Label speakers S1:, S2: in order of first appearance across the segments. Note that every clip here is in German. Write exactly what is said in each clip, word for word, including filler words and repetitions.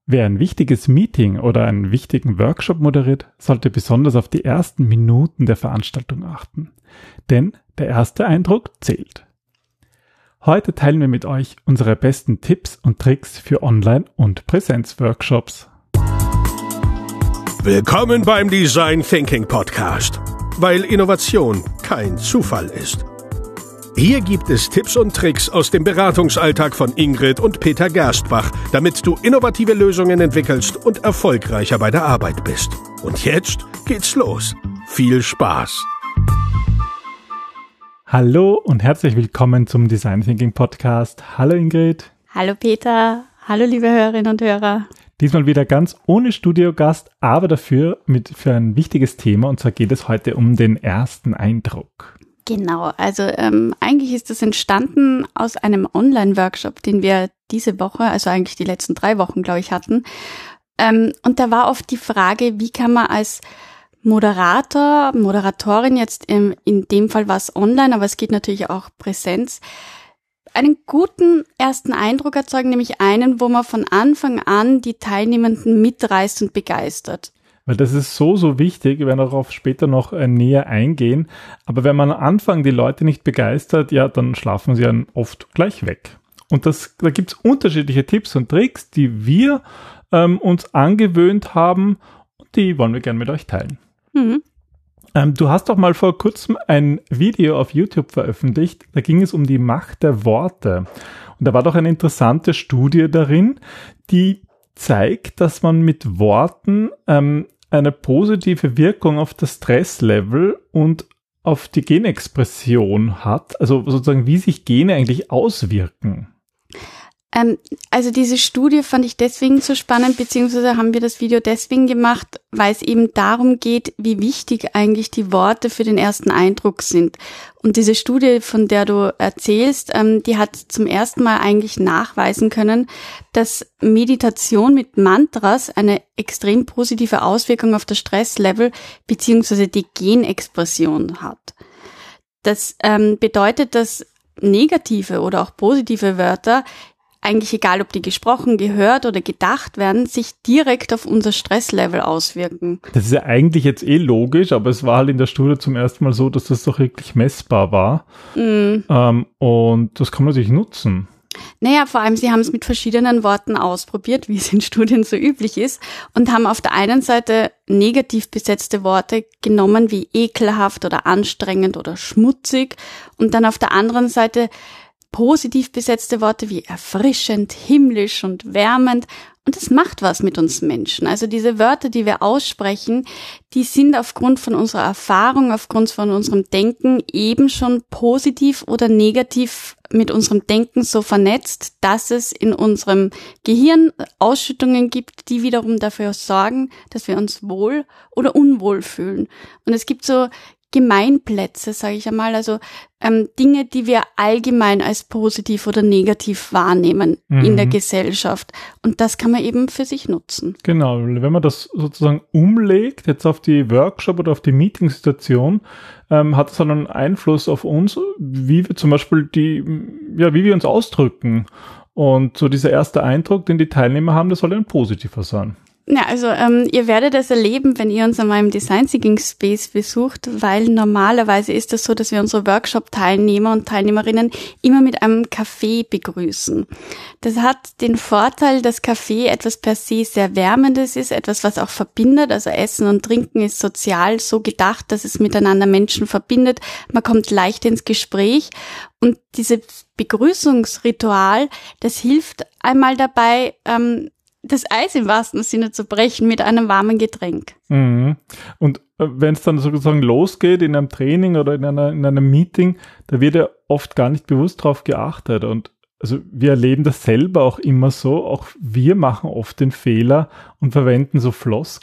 S1: Wer ein wichtiges Meeting oder einen wichtigen Workshop moderiert, sollte besonders auf die ersten Minuten der Veranstaltung achten. Denn der erste Eindruck zählt. Heute teilen wir mit euch unsere besten Tipps und Tricks für Online- und Präsenzworkshops.
S2: Willkommen beim Design Thinking Podcast, weil Innovation kein Zufall ist. Hier gibt es Tipps und Tricks aus dem Beratungsalltag von Ingrid und Peter Gerstbach, damit du innovative Lösungen entwickelst und erfolgreicher bei der Arbeit bist. Und jetzt geht's los. Viel Spaß!
S1: Hallo und herzlich willkommen zum Design Thinking Podcast. Hallo Ingrid.
S3: Hallo Peter. Hallo liebe Hörerinnen und Hörer.
S1: Diesmal wieder ganz ohne Studiogast, aber dafür mit für ein wichtiges Thema, und zwar geht es heute um den ersten Eindruck.
S3: Genau, also ähm, eigentlich ist das entstanden aus einem Online-Workshop, den wir diese Woche, also eigentlich die letzten drei Wochen, glaube ich, hatten. Ähm, und da war oft die Frage, wie kann man als Moderator, Moderatorin, jetzt im, in dem Fall war es online, aber es geht natürlich auch Präsenz, einen guten ersten Eindruck erzeugen, nämlich einen, wo man von Anfang an die Teilnehmenden mitreißt und begeistert.
S1: Weil das ist so, so wichtig, wir werden darauf später noch äh, näher eingehen. Aber wenn man am Anfang die Leute nicht begeistert, ja, dann schlafen sie dann oft gleich weg. Und das, da gibt's unterschiedliche Tipps und Tricks, die wir ähm, uns angewöhnt haben, und die wollen wir gerne mit euch teilen. Mhm. Ähm, du hast doch mal vor kurzem ein Video auf YouTube veröffentlicht, da ging es um die Macht der Worte. Und da war doch eine interessante Studie darin, die zeigt, dass man mit Worten ähm, eine positive Wirkung auf das Stresslevel und auf die Genexpression hat, also sozusagen wie sich Gene eigentlich auswirken.
S3: Ähm, also diese Studie fand ich deswegen so spannend, beziehungsweise haben wir das Video deswegen gemacht, weil es eben darum geht, wie wichtig eigentlich die Worte für den ersten Eindruck sind. Und diese Studie, von der du erzählst, ähm, die hat zum ersten Mal eigentlich nachweisen können, dass Meditation mit Mantras eine extrem positive Auswirkung auf das Stresslevel beziehungsweise die Genexpression hat. Das ähm, bedeutet, dass negative oder auch positive Wörter, eigentlich egal, ob die gesprochen, gehört oder gedacht werden, sich direkt auf unser Stresslevel auswirken.
S1: Das ist ja eigentlich jetzt eh logisch, aber es war halt in der Studie zum ersten Mal so, dass das doch wirklich messbar war. Mm. Ähm, und das kann man sich nutzen.
S3: Naja, vor allem, sie haben es mit verschiedenen Worten ausprobiert, wie es in Studien so üblich ist, und haben auf der einen Seite negativ besetzte Worte genommen, wie ekelhaft oder anstrengend oder schmutzig, und dann auf der anderen Seite positiv besetzte Worte wie erfrischend, himmlisch und wärmend. Und das macht was mit uns Menschen. Also diese Wörter, die wir aussprechen, die sind aufgrund von unserer Erfahrung, aufgrund von unserem Denken eben schon positiv oder negativ mit unserem Denken so vernetzt, dass es in unserem Gehirn Ausschüttungen gibt, die wiederum dafür sorgen, dass wir uns wohl oder unwohl fühlen. Und es gibt so Gemeinplätze, sage ich einmal, also ähm, Dinge, die wir allgemein als positiv oder negativ wahrnehmen mhm. in der Gesellschaft. Und das kann man eben für sich nutzen.
S1: Genau, wenn man das sozusagen umlegt, jetzt auf die Workshop oder auf die Meetingsituation, ähm, hat es dann einen Einfluss auf uns, wie wir zum Beispiel die, ja, wie wir uns ausdrücken. Und so dieser erste Eindruck, den die Teilnehmer haben, das soll ein positiver sein.
S3: Ja, also ähm, ihr werdet es erleben, wenn ihr uns an meinem Design Thinking Space besucht, weil normalerweise ist es so, dass wir unsere Workshop-Teilnehmer und Teilnehmerinnen immer mit einem Kaffee begrüßen. Das hat den Vorteil, dass Kaffee etwas per se sehr Wärmendes ist, etwas, was auch verbindet. Also Essen und Trinken ist sozial so gedacht, dass es miteinander Menschen verbindet. Man kommt leicht ins Gespräch. Und dieses Begrüßungsritual, das hilft einmal dabei, ähm, das Eis im wahrsten Sinne zu brechen mit einem warmen Getränk.
S1: Mhm. Und äh, wenn es dann sozusagen losgeht in einem Training oder in, einer, in einem Meeting, da wird ja oft gar nicht bewusst drauf geachtet. Und also wir erleben das selber auch immer so. Auch wir machen oft den Fehler und verwenden so Floskeln,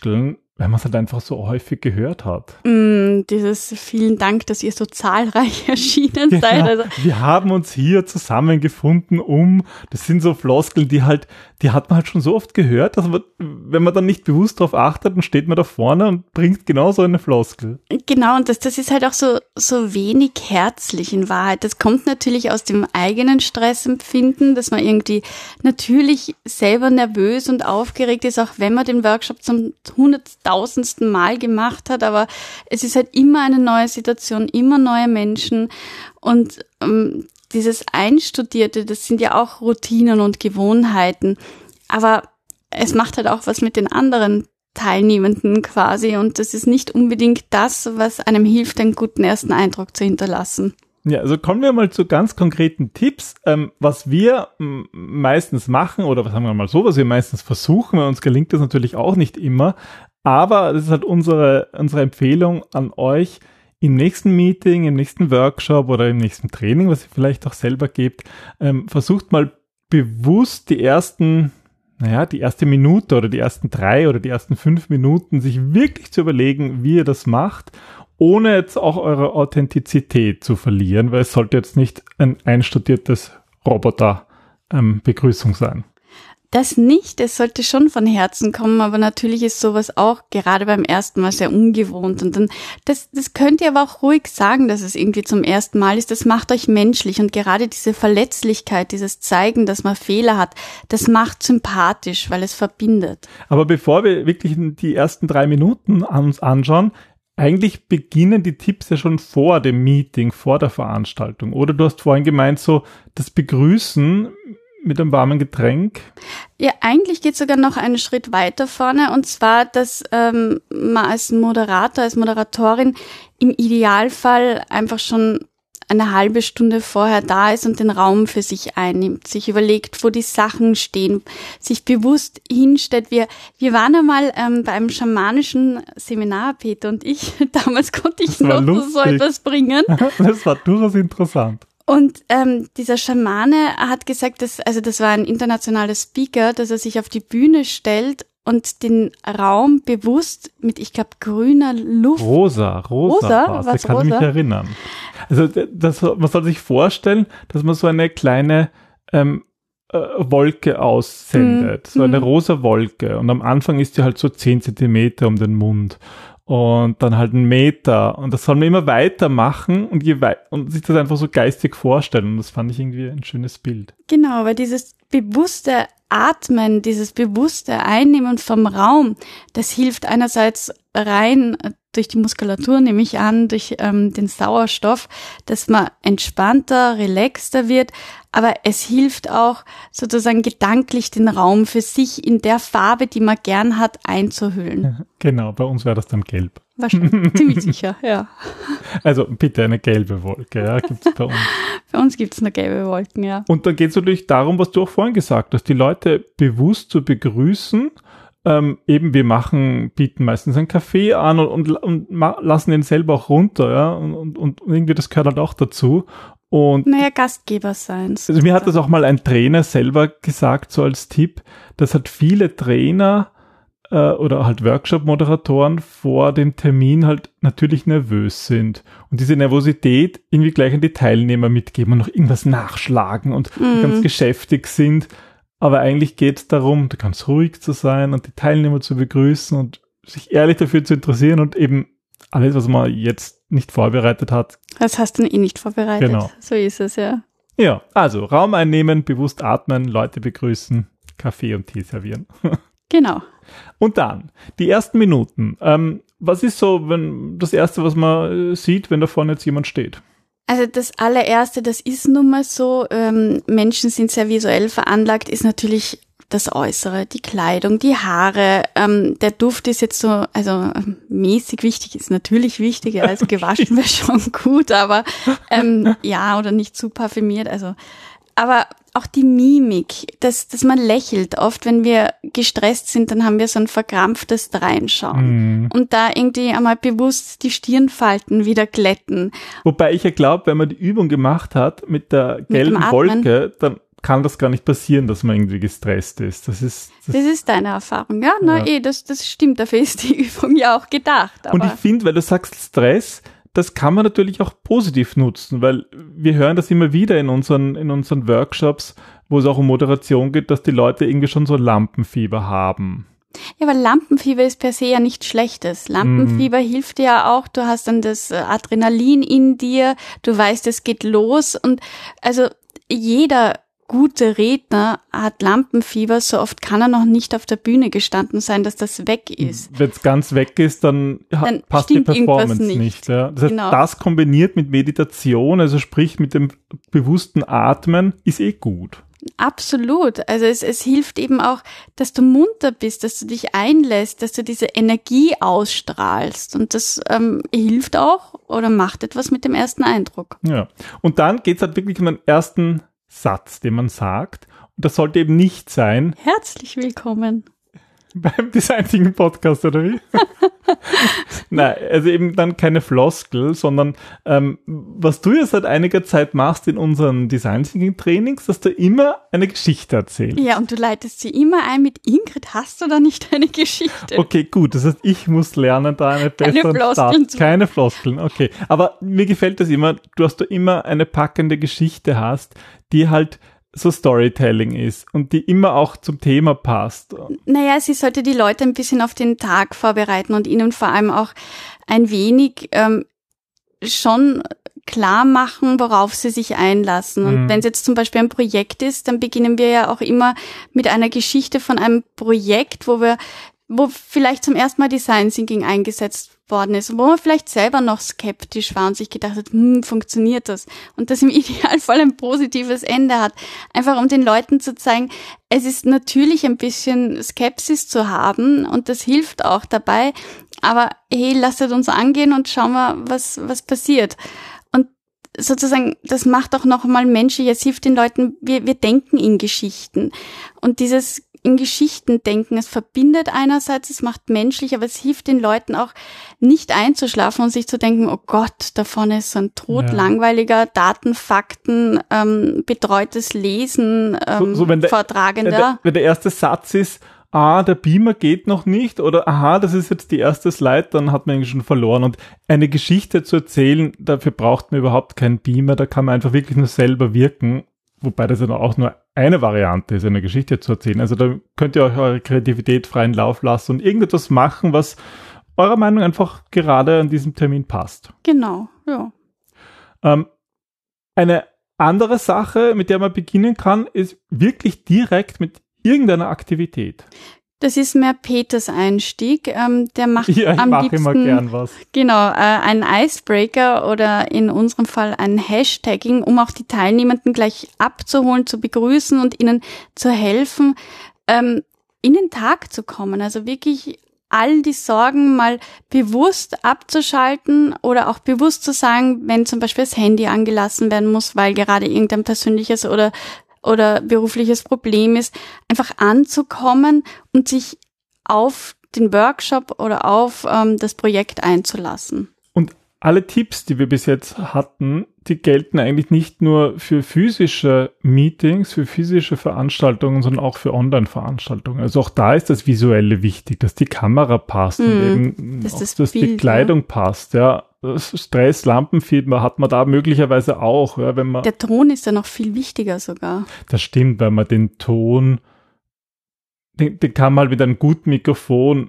S1: weil man es halt einfach so häufig gehört hat.
S3: Mm, dieses vielen Dank, dass ihr so zahlreich erschienen
S1: Ja,
S3: seid. Also,
S1: wir haben uns hier zusammengefunden, um, das sind so Floskeln, die halt, die hat man halt schon so oft gehört, dass man, wenn man dann nicht bewusst darauf achtet, dann steht man da vorne und bringt genau so eine Floskel.
S3: genau, und das, das ist halt auch so, so wenig herzlich in Wahrheit. Das kommt natürlich aus dem eigenen Stressempfinden, dass man irgendwie natürlich selber nervös und aufgeregt ist, auch wenn man den Workshop zum hunderttausendsten Mal gemacht hat, aber es ist halt immer eine neue Situation, immer neue Menschen und ähm, dieses Einstudierte, das sind ja auch Routinen und Gewohnheiten, aber es macht halt auch was mit den anderen Teilnehmenden quasi und das ist nicht unbedingt das, was einem hilft, einen guten ersten Eindruck zu hinterlassen.
S1: Ja, also kommen wir mal zu ganz konkreten Tipps, ähm, was wir m- meistens machen oder was haben wir mal so, was wir meistens versuchen, weil uns gelingt das natürlich auch nicht immer, aber das ist halt unsere, unsere Empfehlung an euch im nächsten Meeting, im nächsten Workshop oder im nächsten Training, was ihr vielleicht auch selber gebt, ähm, versucht mal bewusst die ersten, naja, die erste Minute oder die ersten drei oder die ersten fünf Minuten sich wirklich zu überlegen, wie ihr das macht, ohne jetzt auch eure Authentizität zu verlieren, weil es sollte jetzt nicht ein einstudiertes Roboter-Begrüßung ähm, sein.
S3: Das nicht, es sollte schon von Herzen kommen, aber natürlich ist sowas auch gerade beim ersten Mal sehr ungewohnt und dann, das, das könnt ihr aber auch ruhig sagen, dass es irgendwie zum ersten Mal ist, das macht euch menschlich und gerade diese Verletzlichkeit, dieses Zeigen, dass man Fehler hat, das macht sympathisch, weil es verbindet.
S1: Aber bevor wir wirklich die ersten drei Minuten uns anschauen, eigentlich beginnen die Tipps ja schon vor dem Meeting, vor der Veranstaltung. Oder du hast vorhin gemeint, so das Begrüßen mit einem warmen Getränk.
S3: Ja, eigentlich geht es sogar noch einen Schritt weiter vorne und zwar, dass ähm, man als Moderator, als Moderatorin im Idealfall einfach schon eine halbe Stunde vorher da ist und den Raum für sich einnimmt, sich überlegt, wo die Sachen stehen, sich bewusst hinstellt. Wir, wir waren einmal ähm, bei einem schamanischen Seminar, Peter und ich. Damals konnte ich noch lustig. so etwas bringen.
S1: Das war durchaus interessant.
S3: Und ähm, dieser Schamane hat gesagt, dass, also das war ein internationaler Speaker, dass er sich auf die Bühne stellt und den Raum bewusst mit, ich glaube, grüner Luft.
S1: Rosa, rosa,
S3: rosa
S1: was, da kann ich mich erinnern. Also das, man soll sich vorstellen, dass man so eine kleine ähm, äh, Wolke aussendet, mm. so eine mm. rosa Wolke. Und am Anfang ist die halt so zehn Zentimeter um den Mund. Und dann halt einen Meter. Und das soll man immer weitermachen und, je wei- und sich das einfach so geistig vorstellen. Und das fand ich irgendwie ein schönes Bild.
S3: Genau, weil dieses bewusste Atmen, dieses bewusste Einnehmen vom Raum, das hilft einerseits rein durch die Muskulatur, nehme ich an, durch ähm, den Sauerstoff, dass man entspannter, relaxter wird, aber es hilft auch sozusagen gedanklich den Raum für sich in der Farbe, die man gern hat, einzuhüllen.
S1: Genau, bei uns wäre das dann gelb.
S3: Wahrscheinlich, ziemlich sicher, ja.
S1: Also bitte eine gelbe Wolke, ja, gibt es bei uns.
S3: Bei uns gibt es nur gelbe Wolken, ja.
S1: Und dann geht es natürlich darum, was du auch vorhin gesagt hast, die Leute bewusst zu begrüßen. Ähm, eben, wir machen, bieten meistens einen Kaffee an und, und, und ma- lassen den selber auch runter, ja, und, und, und irgendwie das gehört halt auch dazu. Und
S3: naja, Gastgeber sein.
S1: Also mir hat das auch mal ein Trainer selber gesagt, so als Tipp, dass halt viele Trainer äh, oder halt Workshop-Moderatoren vor dem Termin halt natürlich nervös sind und diese Nervosität irgendwie gleich an die Teilnehmer mitgeben und noch irgendwas nachschlagen und mm. ganz geschäftig sind. Aber eigentlich geht es darum, ganz ruhig zu sein und die Teilnehmer zu begrüßen und sich ehrlich dafür zu interessieren und eben alles, was man jetzt nicht vorbereitet hat.
S3: Das hast du eh nicht vorbereitet.
S1: Genau.
S3: So ist es, ja.
S1: Ja, also Raum einnehmen, bewusst atmen, Leute begrüßen, Kaffee und Tee servieren.
S3: Genau.
S1: Und dann, die ersten Minuten. Ähm, was ist so, wenn das Erste, was man äh, sieht, wenn da vorne jetzt jemand steht?
S3: Also das allererste, das ist nun mal so, ähm, Menschen sind sehr visuell veranlagt, ist natürlich das Äußere, die Kleidung, die Haare, ähm, der Duft ist jetzt so, also mäßig wichtig, ist natürlich wichtiger als gewaschen wäre schon gut, aber ähm, ja, oder nicht zu parfümiert, also, aber auch die Mimik, dass, dass man lächelt. Oft, wenn wir gestresst sind, dann haben wir so ein verkrampftes Reinschauen. Mm. Und da irgendwie einmal bewusst die Stirnfalten wieder glätten.
S1: Wobei ich ja glaube, wenn man die Übung gemacht hat mit der gelben mit Wolke, dann kann das gar nicht passieren, dass man irgendwie gestresst ist. Das ist
S3: das, das ist deine Erfahrung, ja? Na ja. eh, das, das stimmt, dafür ist die Übung ja auch gedacht. Aber
S1: und ich finde, weil du sagst Stress, das kann man natürlich auch positiv nutzen, weil wir hören das immer wieder in unseren, in unseren Workshops, wo es auch um Moderation geht, dass die Leute irgendwie schon so Lampenfieber haben.
S3: Ja, weil Lampenfieber ist per se ja nichts Schlechtes. Lampenfieber mm. hilft dir ja auch, du hast dann das Adrenalin in dir, du weißt, es geht los und also jeder gute Redner hat Lampenfieber, so oft kann er noch nicht auf der Bühne gestanden sein, dass das weg ist.
S1: Wenn es ganz weg ist, dann, dann passt die Performance nicht. nicht ja. Das heißt, genau. Das kombiniert mit Meditation, also sprich mit dem bewussten Atmen, ist eh gut.
S3: Absolut. Also es, es hilft eben auch, dass du munter bist, dass du dich einlässt, dass du diese Energie ausstrahlst. Und das ähm, hilft auch oder macht etwas mit dem ersten Eindruck.
S1: Ja. Und dann geht's halt wirklich um den ersten Satz, den man sagt. Und das sollte eben nicht sein.
S3: Herzlich willkommen.
S1: Beim Design Thinking Podcast, oder wie? Nein, also eben dann keine Floskel, sondern ähm, was du ja seit einiger Zeit machst in unseren Design Thinking Trainings, dass du immer eine Geschichte erzählst.
S3: Ja, und du leitest sie immer ein mit Ingrid, hast du da nicht eine Geschichte?
S1: Okay, gut, das heißt, ich muss lernen, da eine bessere Start. Keine Floskeln, okay. Aber mir gefällt das immer, du hast da immer eine packende Geschichte hast, die halt so Storytelling ist und die immer auch zum Thema passt.
S3: Naja, sie sollte die Leute ein bisschen auf den Tag vorbereiten und ihnen vor allem auch ein wenig ähm, schon klar machen, worauf sie sich einlassen. Und mhm. wenn es jetzt zum Beispiel ein Projekt ist, dann beginnen wir ja auch immer mit einer Geschichte von einem Projekt, wo wir, wo vielleicht zum ersten Mal Design Thinking eingesetzt worden ist, wo man vielleicht selber noch skeptisch war und sich gedacht hat, hm, funktioniert das? Und das im Idealfall ein positives Ende hat. Einfach um den Leuten zu zeigen, es ist natürlich ein bisschen Skepsis zu haben und das hilft auch dabei, aber hey, lasst uns angehen und schauen wir, was, was passiert. Und sozusagen, das macht auch noch mal menschlich, es hilft den Leuten, wir, wir denken in Geschichten. Und dieses in Geschichten denken, es verbindet einerseits, es macht menschlich, aber es hilft den Leuten auch nicht einzuschlafen und sich zu denken, oh Gott, da vorne ist so ein totlangweiliger Daten, Fakten, ähm, betreutes Lesen, ähm, so, so wenn der, Vortragender.
S1: Wenn der, wenn der erste Satz ist, ah, der Beamer geht noch nicht oder aha, das ist jetzt die erste Slide, dann hat man eigentlich schon verloren. Und eine Geschichte zu erzählen, dafür braucht man überhaupt keinen Beamer, da kann man einfach wirklich nur selber wirken. Wobei das ja auch nur eine Variante ist, eine Geschichte zu erzählen. Also da könnt ihr euch eure Kreativität freien Lauf lassen und irgendetwas machen, was eurer Meinung einfach gerade an diesem Termin passt.
S3: Genau, ja.
S1: Ähm, eine andere Sache, mit der man beginnen kann, ist wirklich direkt mit irgendeiner Aktivität.
S3: Das ist mehr Peters Einstieg. Ähm, der macht
S1: ja, ich
S3: am
S1: mache
S3: liebsten,
S1: immer gern was.
S3: Genau, äh, einen Icebreaker oder in unserem Fall ein Hashtagging, um auch die Teilnehmenden gleich abzuholen, zu begrüßen und ihnen zu helfen, ähm, in den Tag zu kommen. Also wirklich all die Sorgen mal bewusst abzuschalten oder auch bewusst zu sagen, wenn zum Beispiel das Handy angelassen werden muss, weil gerade irgendein persönliches oder oder berufliches Problem ist, einfach anzukommen und sich auf den Workshop oder auf ähm, das Projekt einzulassen.
S1: Und alle Tipps, die wir bis jetzt hatten, die gelten eigentlich nicht nur für physische Meetings, für physische Veranstaltungen, sondern auch für Online-Veranstaltungen. Also auch da ist das Visuelle wichtig, dass die Kamera passt mm, und eben
S3: das
S1: auch,
S3: das
S1: dass
S3: Bild,
S1: die Kleidung ja. passt. Ja, Stress, Lampenfieber hat man da möglicherweise auch. Ja, wenn man
S3: Der Ton ist ja noch viel wichtiger sogar.
S1: Das stimmt, weil man den Ton, den, den kann man halt mit einem guten Mikrofon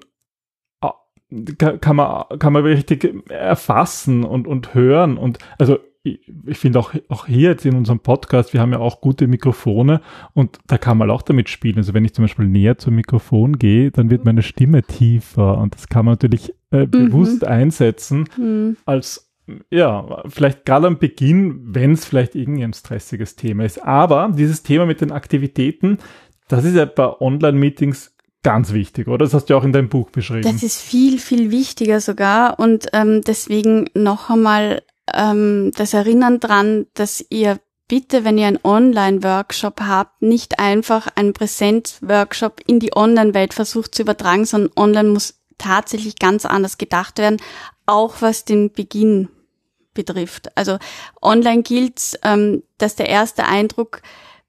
S1: kann man, kann man richtig erfassen und, und hören. Und also ich, ich finde auch, auch hier jetzt in unserem Podcast, wir haben ja auch gute Mikrofone und da kann man auch damit spielen. Also wenn ich zum Beispiel näher zum Mikrofon gehe, dann wird meine Stimme tiefer und das kann man natürlich äh, bewusst mhm. einsetzen
S3: mhm.
S1: als, ja, vielleicht gerade am Beginn, wenn es vielleicht irgendwie ein stressiges Thema ist. Aber dieses Thema mit den Aktivitäten, das ist ja bei Online-Meetings ganz wichtig, oder? Das hast du auch in deinem Buch beschrieben.
S3: Das ist viel, viel wichtiger sogar und ähm, deswegen noch einmal ähm, das Erinnern dran, dass ihr bitte, wenn ihr einen Online-Workshop habt, nicht einfach einen Präsenz-Workshop in die Online-Welt versucht zu übertragen, sondern online muss tatsächlich ganz anders gedacht werden, auch was den Beginn betrifft. Also online gilt, ähm, dass der erste Eindruck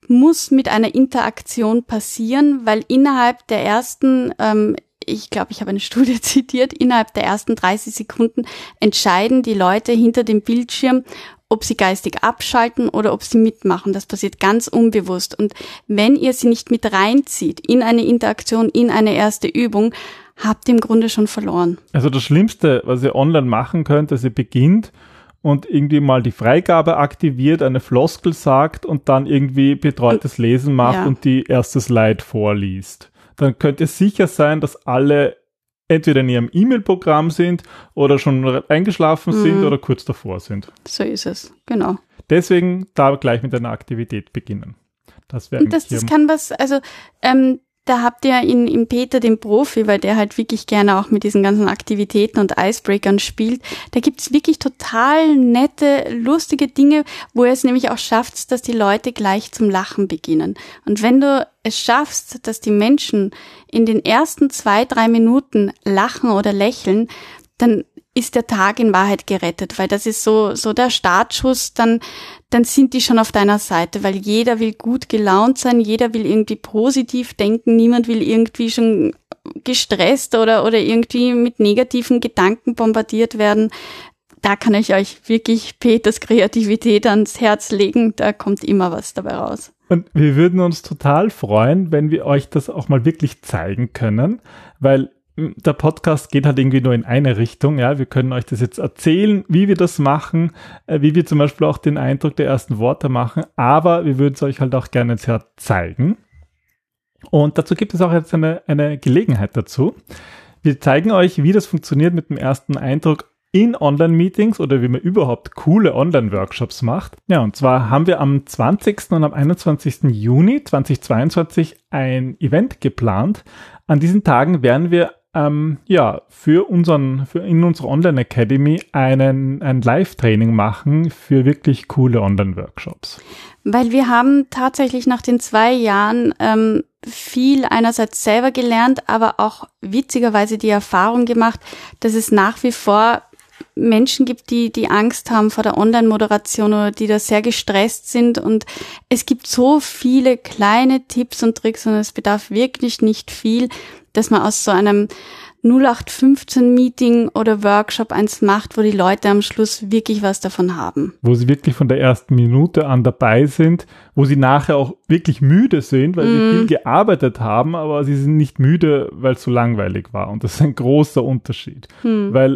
S3: muss mit einer Interaktion passieren, weil innerhalb der ersten, ähm, ich glaube, ich habe eine Studie zitiert, innerhalb der ersten dreißig Sekunden entscheiden die Leute hinter dem Bildschirm, ob sie geistig abschalten oder ob sie mitmachen. Das passiert ganz unbewusst. Und wenn ihr sie nicht mit reinzieht in eine Interaktion, in eine erste Übung, habt ihr im Grunde schon verloren. Also das Schlimmste, was ihr online machen könnt, dass ihr beginnt und irgendwie mal die Freigabe aktiviert, eine Floskel sagt und dann irgendwie betreutes Lesen macht ja. und die erste Slide vorliest. Dann könnt ihr sicher sein, dass alle entweder in ihrem E-Mail-Programm sind oder schon eingeschlafen mhm. sind oder kurz davor sind. So ist es, genau. Deswegen da gleich mit einer Aktivität beginnen. Das wäre das, das kann was, also ähm, da habt ihr in, in Peter den Profi, weil der halt wirklich gerne auch mit diesen ganzen Aktivitäten und Icebreakern spielt. Da gibt's wirklich total nette, lustige Dinge, wo er es nämlich auch schafft, dass die Leute gleich zum Lachen beginnen. Und wenn du es schaffst, dass die Menschen in den ersten zwei, drei Minuten lachen oder lächeln, dann ist der Tag in Wahrheit gerettet, weil das ist so so der Startschuss, dann dann sind die schon auf deiner Seite, weil jeder will gut gelaunt sein, jeder will irgendwie positiv denken, niemand will irgendwie schon gestresst oder oder irgendwie mit negativen Gedanken bombardiert werden. Da kann ich euch wirklich Peters Kreativität ans Herz legen, da kommt immer was dabei raus. Und wir würden uns total freuen, wenn wir euch das auch mal wirklich zeigen können, weil der Podcast geht halt irgendwie nur in eine Richtung, ja, wir können euch das jetzt erzählen, wie wir das machen, äh, wie wir zum Beispiel auch den Eindruck der ersten Worte machen, aber wir würden es euch halt auch gerne jetzt her zeigen. Und dazu gibt es auch jetzt eine, eine Gelegenheit dazu. Wir zeigen euch, wie das funktioniert mit dem ersten Eindruck in Online-Meetings oder wie man überhaupt coole Online-Workshops macht. Ja, und zwar haben wir am zwanzigsten und am einundzwanzigsten Juni zweitausendzweiundzwanzig ein Event geplant. An diesen Tagen werden wir ähm, ja für unseren für in unserer Online Academy einen ein Live-Training machen für wirklich coole Online-Workshops. Weil wir haben tatsächlich nach den zwei Jahren ähm, viel einerseits selber gelernt, aber auch witzigerweise die Erfahrung gemacht, dass es nach wie vor Menschen gibt, die die Angst haben vor der Online-Moderation oder die da sehr gestresst sind, und es gibt so viele kleine Tipps und Tricks und es bedarf wirklich nicht viel, dass man aus so einem null acht fünfzehn Meeting oder Workshop eins macht, wo die Leute am Schluss wirklich was davon haben. Wo sie wirklich von der ersten Minute an dabei sind, wo sie nachher auch wirklich müde sind, weil mm. sie viel gearbeitet haben, aber sie sind nicht müde, weil es so langweilig war, und das ist ein großer Unterschied, mm. weil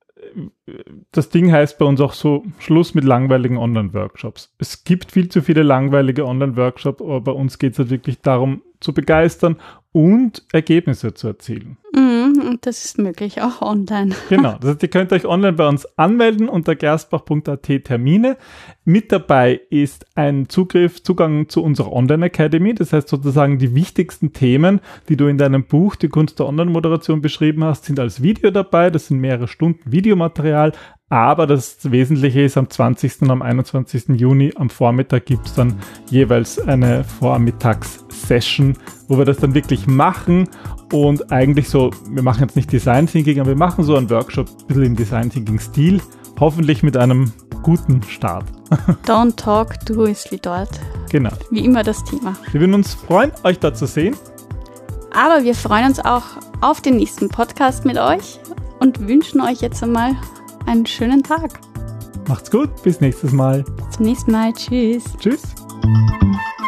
S3: das Ding heißt bei uns auch so, Schluss mit langweiligen Online-Workshops. Es gibt viel zu viele langweilige Online-Workshops, aber bei uns geht es halt wirklich darum, zu begeistern und Ergebnisse zu erzielen. Mhm, und das ist möglich, auch online. Genau, das heißt, ihr könnt euch online bei uns anmelden unter gerstbach punkt a t Termine. Mit dabei ist ein Zugriff, Zugang zu unserer Online Academy, das heißt sozusagen die wichtigsten Themen, die du in deinem Buch, die Kunst der Online-Moderation, beschrieben hast, sind als Video dabei. Das sind mehrere Stunden Videomaterial, aber das Wesentliche ist, am zwanzigsten und am einundzwanzigsten Juni am Vormittag gibt es dann jeweils eine Vormittags-Session, wo wir das dann wirklich machen und eigentlich so, wir machen jetzt nicht Design Thinking, aber wir machen so einen Workshop ein bisschen im Design Thinking Stil, hoffentlich mit einem guten Start. Don't talk, do ist wie dort. Genau. Wie immer das Thema. Wir würden uns freuen, euch da zu sehen. Aber wir freuen uns auch auf den nächsten Podcast mit euch und wünschen euch jetzt einmal einen schönen Tag. Macht's gut, bis nächstes Mal. Bis zum nächsten Mal. Tschüss. Tschüss.